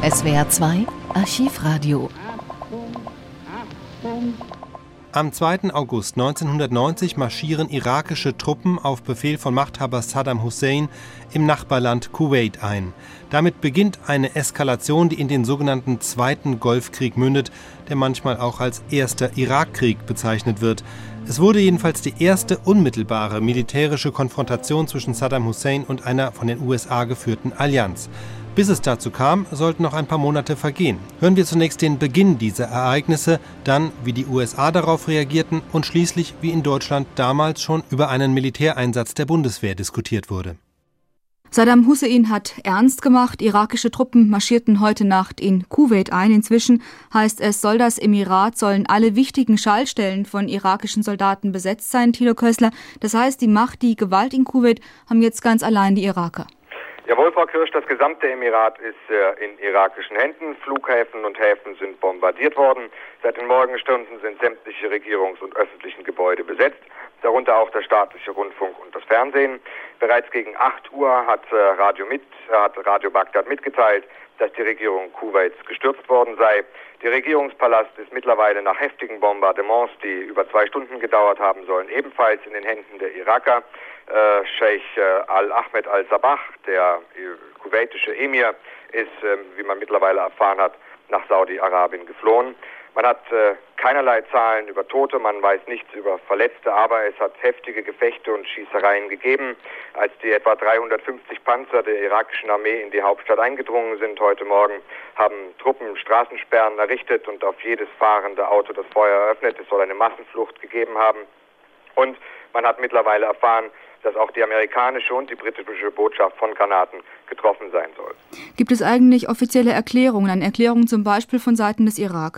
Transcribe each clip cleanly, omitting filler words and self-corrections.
SWR 2 Archivradio. Am 2. August 1990 marschieren irakische Truppen auf Befehl von Machthaber Saddam Hussein im Nachbarland Kuwait ein. Damit beginnt eine Eskalation, die in den sogenannten Zweiten Golfkrieg mündet, der manchmal auch als Erster Irakkrieg bezeichnet wird. Es wurde jedenfalls die erste unmittelbare militärische Konfrontation zwischen Saddam Hussein und einer von den USA geführten Allianz. Bis es dazu kam, sollten noch ein paar Monate vergehen. Hören wir zunächst den Beginn dieser Ereignisse, dann wie die USA darauf reagierten und schließlich wie in Deutschland damals schon über einen Militäreinsatz der Bundeswehr diskutiert wurde. Saddam Hussein hat ernst gemacht. Irakische Truppen marschierten heute Nacht in Kuwait ein. Inzwischen heißt es, das Emirat sollen alle wichtigen Schaltstellen von irakischen Soldaten besetzt sein, Thilo Kössler. Das heißt, die Macht, die Gewalt in Kuwait haben jetzt ganz allein die Iraker. Jawohl, Frau Kirsch, das gesamte Emirat ist in irakischen Händen. Flughäfen und Häfen sind bombardiert worden. Seit den Morgenstunden sind sämtliche Regierungs- und öffentlichen Gebäude besetzt, darunter auch der staatliche Rundfunk und das Fernsehen. Bereits gegen 8 Uhr hat Radio Bagdad mitgeteilt, dass die Regierung Kuwaits gestürzt worden sei. Der Regierungspalast ist mittlerweile nach heftigen Bombardements, die über 2 Stunden gedauert haben sollen, ebenfalls in den Händen der Iraker. Scheich Al-Ahmed al-Sabah, der kuwaitische Emir, ist, wie man mittlerweile erfahren hat, nach Saudi-Arabien geflohen. Man hat keinerlei Zahlen über Tote, man weiß nichts über Verletzte, aber es hat heftige Gefechte und Schießereien gegeben. Als die etwa 350 Panzer der irakischen Armee in die Hauptstadt eingedrungen sind heute Morgen, haben Truppen Straßensperren errichtet und auf jedes fahrende Auto das Feuer eröffnet. Es soll eine Massenflucht gegeben haben. Und man hat mittlerweile erfahren, dass auch die amerikanische und die britische Botschaft von Granaten getroffen sein soll. Gibt es eigentlich offizielle Erklärungen, eine Erklärung zum Beispiel von Seiten des Irak?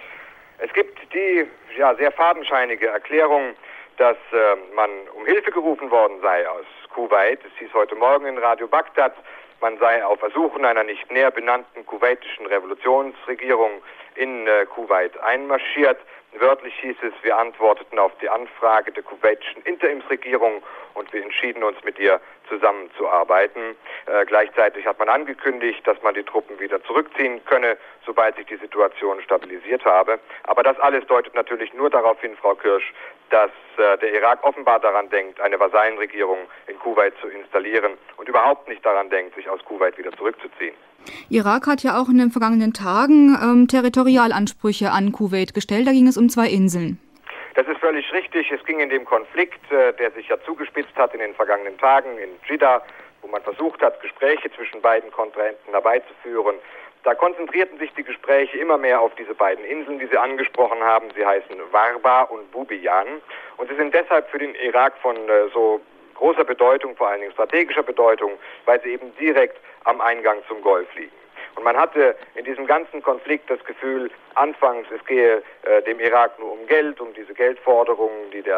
Es gibt die sehr fadenscheinige Erklärung, dass man um Hilfe gerufen worden sei aus Kuwait. Es hieß heute Morgen in Radio Bagdad, man sei auf Ersuchen einer nicht näher benannten kuwaitischen Revolutionsregierung in Kuwait einmarschiert. Wörtlich hieß es, wir antworteten auf die Anfrage der kuwaitischen Interimsregierung und wir entschieden uns mit ihr zusammenzuarbeiten. Gleichzeitig hat man angekündigt, dass man die Truppen wieder zurückziehen könne, sobald sich die Situation stabilisiert habe. Aber das alles deutet natürlich nur darauf hin, Frau Kirsch, dass der Irak offenbar daran denkt, eine Vasallenregierung in Kuwait zu installieren und überhaupt nicht daran denkt, sich aus Kuwait wieder zurückzuziehen. Irak hat ja auch in den vergangenen Tagen Territorialansprüche an Kuwait gestellt. Da ging es um 2 Inseln. Das ist völlig richtig. Es ging in dem Konflikt, der sich ja zugespitzt hat in den vergangenen Tagen in Jeddah, wo man versucht hat, Gespräche zwischen beiden Kontrahenten herbeizuführen. Da konzentrierten sich die Gespräche immer mehr auf diese beiden Inseln, die Sie angesprochen haben. Sie heißen Warba und Bubiyan. Und sie sind deshalb für den Irak von so großer Bedeutung, vor allen Dingen strategischer Bedeutung, weil sie eben direkt am Eingang zum Golf liegen. Und man hatte in diesem ganzen Konflikt das Gefühl, anfangs es gehe dem Irak nur um Geld, um diese Geldforderungen, die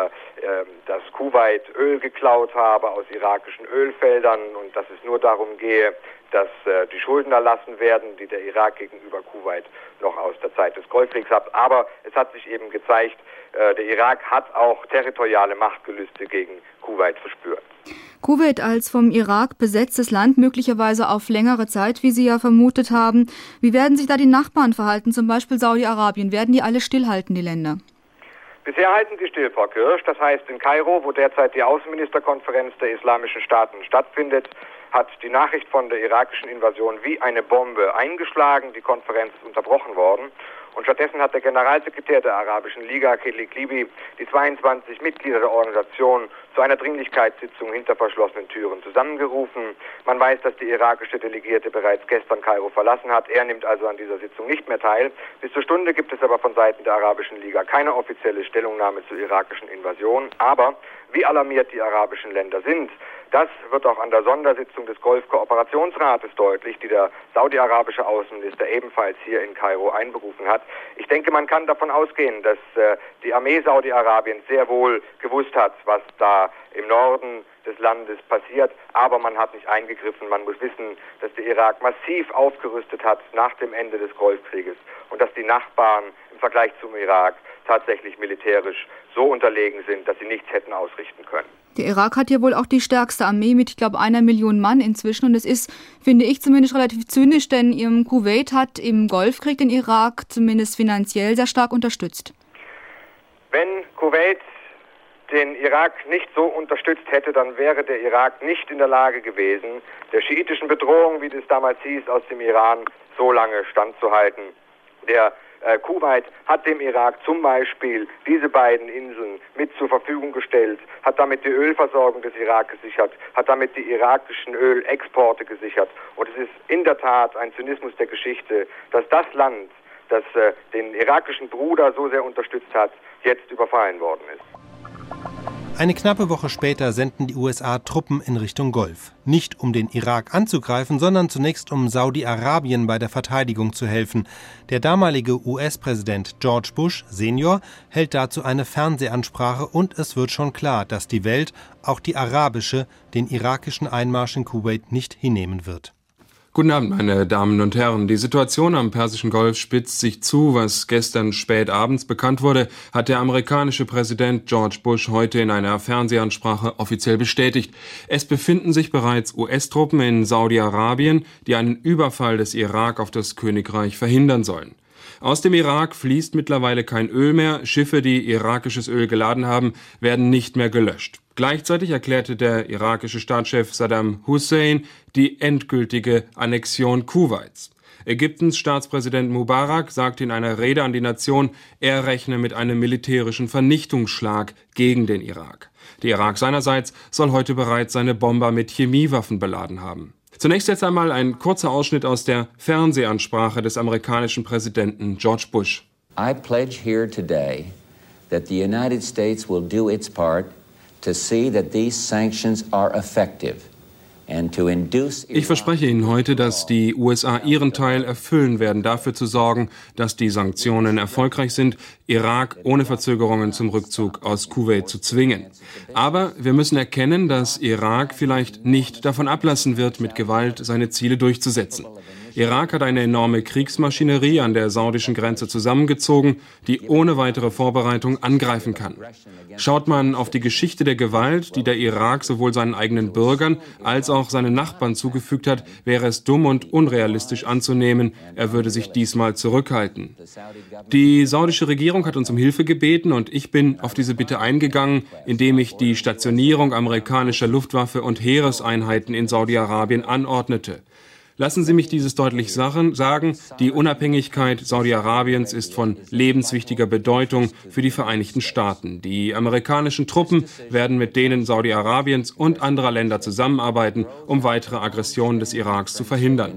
das Kuwait Öl geklaut habe aus irakischen Ölfeldern und dass es nur darum gehe, dass die Schulden erlassen werden, die der Irak gegenüber Kuwait noch aus der Zeit des Golfkriegs hat. Aber es hat sich eben gezeigt, der Irak hat auch territoriale Machtgelüste gegen Kuwait verspürt. Kuwait als vom Irak besetztes Land, möglicherweise auf längere Zeit, wie Sie ja vermutet haben. Wie werden sich da die Nachbarn verhalten, zum Beispiel Saudi-Arabien? Werden die alle stillhalten, die Länder? Bisher halten sie still, Frau Kirsch. Das heißt, in Kairo, wo derzeit die Außenministerkonferenz der islamischen Staaten stattfindet, hat die Nachricht von der irakischen Invasion wie eine Bombe eingeschlagen. Die Konferenz ist unterbrochen worden. Und stattdessen hat der Generalsekretär der Arabischen Liga, Khelid Libi, die 22 Mitglieder der Organisation zu einer Dringlichkeitssitzung hinter verschlossenen Türen zusammengerufen. Man weiß, dass die irakische Delegierte bereits gestern Kairo verlassen hat. Er nimmt also an dieser Sitzung nicht mehr teil. Bis zur Stunde gibt es aber von Seiten der Arabischen Liga keine offizielle Stellungnahme zur irakischen Invasion. Aber wie alarmiert die arabischen Länder sind, das wird auch an der Sondersitzung des Golfkooperationsrates deutlich, die der saudi-arabische Außenminister ebenfalls hier in Kairo einberufen hat. Ich denke, man kann davon ausgehen, dass die Armee Saudi-Arabiens sehr wohl gewusst hat, was da im Norden des Landes passiert, aber man hat nicht eingegriffen. Man muss wissen, dass der Irak massiv aufgerüstet hat nach dem Ende des Golfkrieges und dass die Nachbarn im Vergleich zum Irak tatsächlich militärisch so unterlegen sind, dass sie nichts hätten ausrichten können. Der Irak hat ja wohl auch die stärkste Armee mit, ich glaube, 1 Million Mann inzwischen. Und es ist, finde ich, zumindest relativ zynisch, denn Kuwait hat im Golfkrieg den Irak zumindest finanziell sehr stark unterstützt. Wenn Kuwait den Irak nicht so unterstützt hätte, dann wäre der Irak nicht in der Lage gewesen, der schiitischen Bedrohung, wie das damals hieß, aus dem Iran so lange standzuhalten. Der Kuwait hat dem Irak zum Beispiel diese beiden Inseln mit zur Verfügung gestellt, hat damit die Ölversorgung des Irak gesichert, hat damit die irakischen Ölexporte gesichert. Und es ist in der Tat ein Zynismus der Geschichte, dass das Land, das den irakischen Bruder so sehr unterstützt hat, jetzt überfallen worden ist. Eine knappe Woche später senden die USA Truppen in Richtung Golf. Nicht um den Irak anzugreifen, sondern zunächst um Saudi-Arabien bei der Verteidigung zu helfen. Der damalige US-Präsident George Bush Senior hält dazu eine Fernsehansprache und es wird schon klar, dass die Welt, auch die arabische, den irakischen Einmarsch in Kuwait nicht hinnehmen wird. Guten Abend, meine Damen und Herren. Die Situation am Persischen Golf spitzt sich zu. Was gestern spät abends bekannt wurde, hat der amerikanische Präsident George Bush heute in einer Fernsehansprache offiziell bestätigt. Es befinden sich bereits US-Truppen in Saudi-Arabien, die einen Überfall des Irak auf das Königreich verhindern sollen. Aus dem Irak fließt mittlerweile kein Öl mehr. Schiffe, die irakisches Öl geladen haben, werden nicht mehr gelöscht. Gleichzeitig erklärte der irakische Staatschef Saddam Hussein die endgültige Annexion Kuwaits. Ägyptens Staatspräsident Mubarak sagte in einer Rede an die Nation, er rechne mit einem militärischen Vernichtungsschlag gegen den Irak. Der Irak seinerseits soll heute bereits seine Bomber mit Chemiewaffen beladen haben. Zunächst jetzt einmal ein kurzer Ausschnitt aus der Fernsehansprache des amerikanischen Präsidenten George Bush. I pledge here today that the United States will do its part to see that these sanctions are effective. Ich verspreche Ihnen heute, dass die USA ihren Teil erfüllen werden, dafür zu sorgen, dass die Sanktionen erfolgreich sind, Irak ohne Verzögerungen zum Rückzug aus Kuwait zu zwingen. Aber wir müssen erkennen, dass Irak vielleicht nicht davon ablassen wird, mit Gewalt seine Ziele durchzusetzen. Irak hat eine enorme Kriegsmaschinerie an der saudischen Grenze zusammengezogen, die ohne weitere Vorbereitung angreifen kann. Schaut man auf die Geschichte der Gewalt, die der Irak sowohl seinen eigenen Bürgern als auch seinen Nachbarn zugefügt hat, wäre es dumm und unrealistisch anzunehmen, er würde sich diesmal zurückhalten. Die saudische Regierung hat uns um Hilfe gebeten und ich bin auf diese Bitte eingegangen, indem ich die Stationierung amerikanischer Luftwaffe und Heereseinheiten in Saudi-Arabien anordnete. Lassen Sie mich dieses deutlich sagen, die Unabhängigkeit Saudi-Arabiens ist von lebenswichtiger Bedeutung für die Vereinigten Staaten. Die amerikanischen Truppen werden mit denen Saudi-Arabiens und anderer Länder zusammenarbeiten, um weitere Aggressionen des Iraks zu verhindern.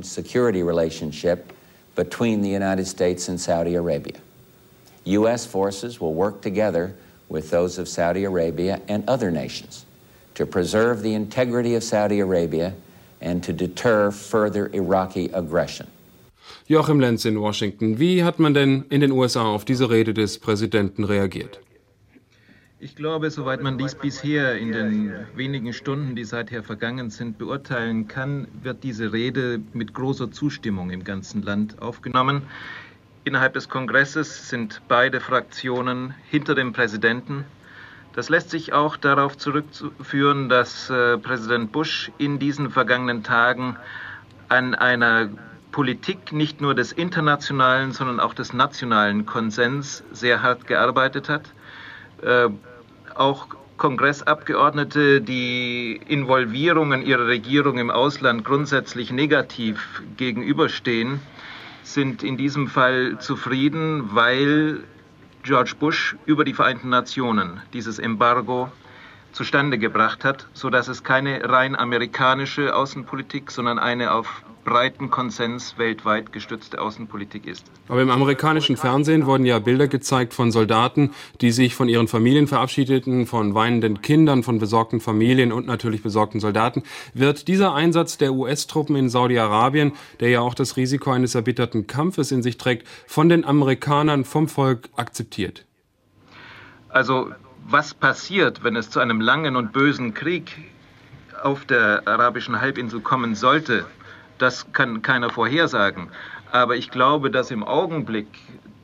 US forces will work together with those of Saudi Arabia and other nations to preserve the integrity of Saudi Arabia and to deter further Iraqi aggression. Joachim Lenz in Washington. Wie hat man denn in den USA auf diese Rede des Präsidenten reagiert? Ich glaube, soweit man dies bisher in den wenigen Stunden, die seither vergangen sind, beurteilen kann, wird diese Rede mit großer Zustimmung im ganzen Land aufgenommen. Innerhalb des Kongresses sind beide Fraktionen hinter dem Präsidenten. Das lässt sich auch darauf zurückführen, dass Präsident Bush in diesen vergangenen Tagen an einer Politik nicht nur des internationalen, sondern auch des nationalen Konsens sehr hart gearbeitet hat. Auch Kongressabgeordnete, die Involvierungen ihrer Regierung im Ausland grundsätzlich negativ gegenüberstehen, sind in diesem Fall zufrieden, weil George Bush über die Vereinten Nationen dieses Embargo zustande gebracht hat, sodass es keine rein amerikanische Außenpolitik, sondern eine auf breiten Konsens weltweit gestützte Außenpolitik ist. Aber im amerikanischen Fernsehen wurden ja Bilder gezeigt von Soldaten, die sich von ihren Familien verabschiedeten, von weinenden Kindern, von besorgten Familien und natürlich besorgten Soldaten. Wird dieser Einsatz der US-Truppen in Saudi-Arabien, der ja auch das Risiko eines erbitterten Kampfes in sich trägt, von den Amerikanern, vom Volk akzeptiert? Also, was passiert, wenn es zu einem langen und bösen Krieg auf der arabischen Halbinsel kommen sollte? Das kann keiner vorhersagen. Aber ich glaube, dass im Augenblick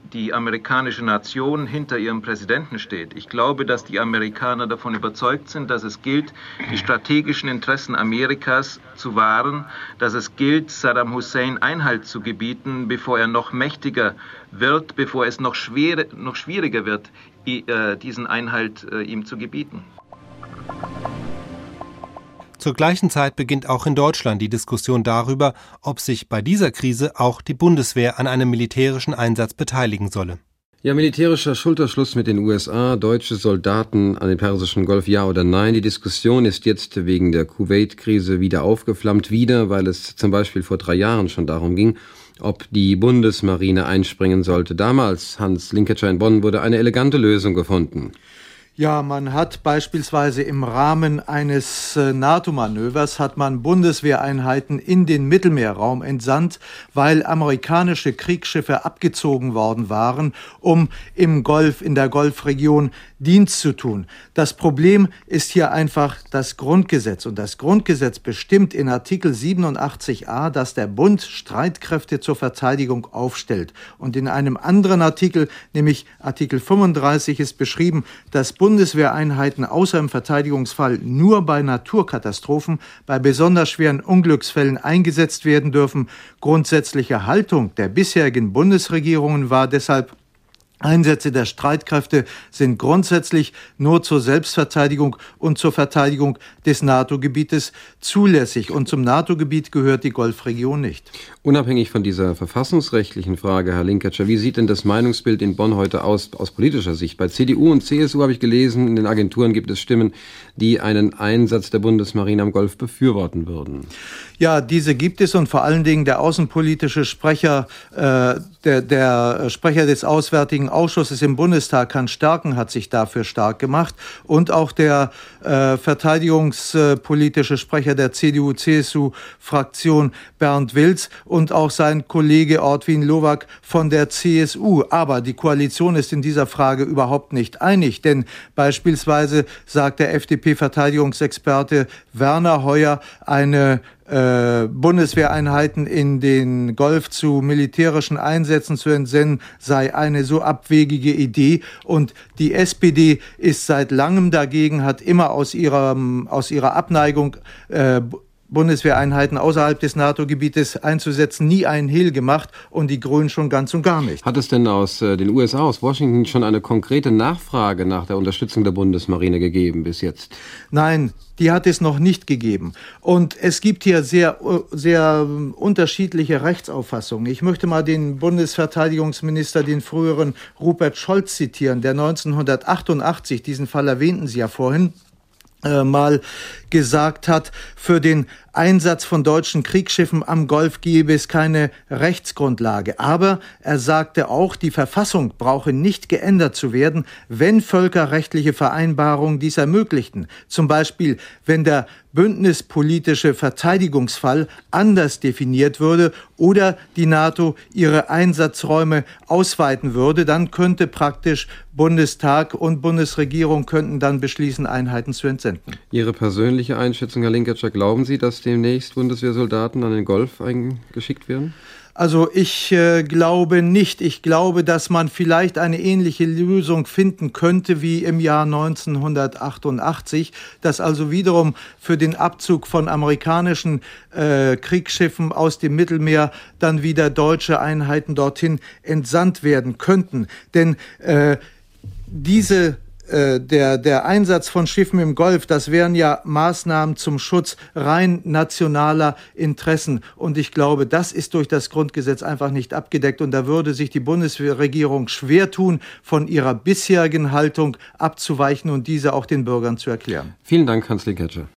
die amerikanische Nation hinter ihrem Präsidenten steht. Ich glaube, dass die Amerikaner davon überzeugt sind, dass es gilt, die strategischen Interessen Amerikas zu wahren, dass es gilt, Saddam Hussein Einhalt zu gebieten, bevor er noch mächtiger wird, bevor es noch schwieriger wird, diesen Einhalt ihm zu gebieten. Zur gleichen Zeit beginnt auch in Deutschland die Diskussion darüber, ob sich bei dieser Krise auch die Bundeswehr an einem militärischen Einsatz beteiligen solle. Ja, militärischer Schulterschluss mit den USA, deutsche Soldaten an den Persischen Golf, ja oder nein? Die Diskussion ist jetzt wegen der Kuwait-Krise wieder aufgeflammt, weil es zum Beispiel vor 3 Jahren schon darum ging, ob die Bundesmarine einspringen sollte. Damals, Hans Linketscher in Bonn, wurde eine elegante Lösung gefunden. Ja, man hat beispielsweise im Rahmen eines NATO-Manövers hat man Bundeswehreinheiten in den Mittelmeerraum entsandt, weil amerikanische Kriegsschiffe abgezogen worden waren, um in der Golfregion Dienst zu tun. Das Problem ist hier einfach das Grundgesetz. Und das Grundgesetz bestimmt in Artikel 87a, dass der Bund Streitkräfte zur Verteidigung aufstellt. Und in einem anderen Artikel, nämlich Artikel 35, ist beschrieben, dass Bundeswehreinheiten außer im Verteidigungsfall nur bei Naturkatastrophen, bei besonders schweren Unglücksfällen eingesetzt werden dürfen. Grundsätzliche Haltung der bisherigen Bundesregierungen war deshalb, Einsätze der Streitkräfte sind grundsätzlich nur zur Selbstverteidigung und zur Verteidigung des NATO-Gebietes zulässig. Und zum NATO-Gebiet gehört die Golfregion nicht. Unabhängig von dieser verfassungsrechtlichen Frage, Herr Linketscher, wie sieht denn das Meinungsbild in Bonn heute aus politischer Sicht? Bei CDU und CSU habe ich gelesen, in den Agenturen gibt es Stimmen, die einen Einsatz der Bundesmarine am Golf befürworten würden. Ja, diese gibt es, und vor allen Dingen der außenpolitische Sprecher, der Sprecher des Auswärtigen Ausschusses im Bundestag, Hans Stärken, hat sich dafür stark gemacht, und auch der verteidigungspolitische Sprecher der CDU-CSU-Fraktion, Bernd Wilz, und auch sein Kollege Ortwin Lowak von der CSU. Aber die Koalition ist in dieser Frage überhaupt nicht einig, denn beispielsweise sagt der FDP-Verteidigungsexperte Werner Heuer, eine Bundeswehreinheiten in den Golf zu militärischen Einsätzen zu entsenden, sei eine so abwegige Idee. Und die SPD ist seit langem dagegen, hat immer aus ihrer Abneigung, Bundeswehreinheiten außerhalb des NATO-Gebietes einzusetzen, nie einen Hehl gemacht, und die Grünen schon ganz und gar nicht. Hat es denn aus den USA, aus Washington, schon eine konkrete Nachfrage nach der Unterstützung der Bundesmarine gegeben bis jetzt? Nein, die hat es noch nicht gegeben. Und es gibt hier sehr, sehr unterschiedliche Rechtsauffassungen. Ich möchte mal den Bundesverteidigungsminister, den früheren Rupert Scholz, zitieren, der 1988, diesen Fall erwähnten Sie ja vorhin, mal gesagt hat, für den Einsatz von deutschen Kriegsschiffen am Golf gebe es keine Rechtsgrundlage. Aber er sagte auch, die Verfassung brauche nicht geändert zu werden, wenn völkerrechtliche Vereinbarungen dies ermöglichten. Zum Beispiel, wenn der bündnispolitische Verteidigungsfall anders definiert würde oder die NATO ihre Einsatzräume ausweiten würde, dann könnte praktisch Bundestag und Bundesregierung könnten dann beschließen, Einheiten zu entsenden. Ihre persönliche Einschätzung, Herr Linketscher, glauben Sie, dass demnächst Bundeswehrsoldaten an den Golf eingeschickt werden? Also ich glaube nicht. Ich glaube, dass man vielleicht eine ähnliche Lösung finden könnte wie im Jahr 1988, dass also wiederum für den Abzug von amerikanischen Kriegsschiffen aus dem Mittelmeer dann wieder deutsche Einheiten dorthin entsandt werden könnten. Denn der Einsatz von Schiffen im Golf, das wären ja Maßnahmen zum Schutz rein nationaler Interessen. Und ich glaube, das ist durch das Grundgesetz einfach nicht abgedeckt. Und da würde sich die Bundesregierung schwer tun, von ihrer bisherigen Haltung abzuweichen und diese auch den Bürgern zu erklären. Vielen Dank, Hans Linketscher.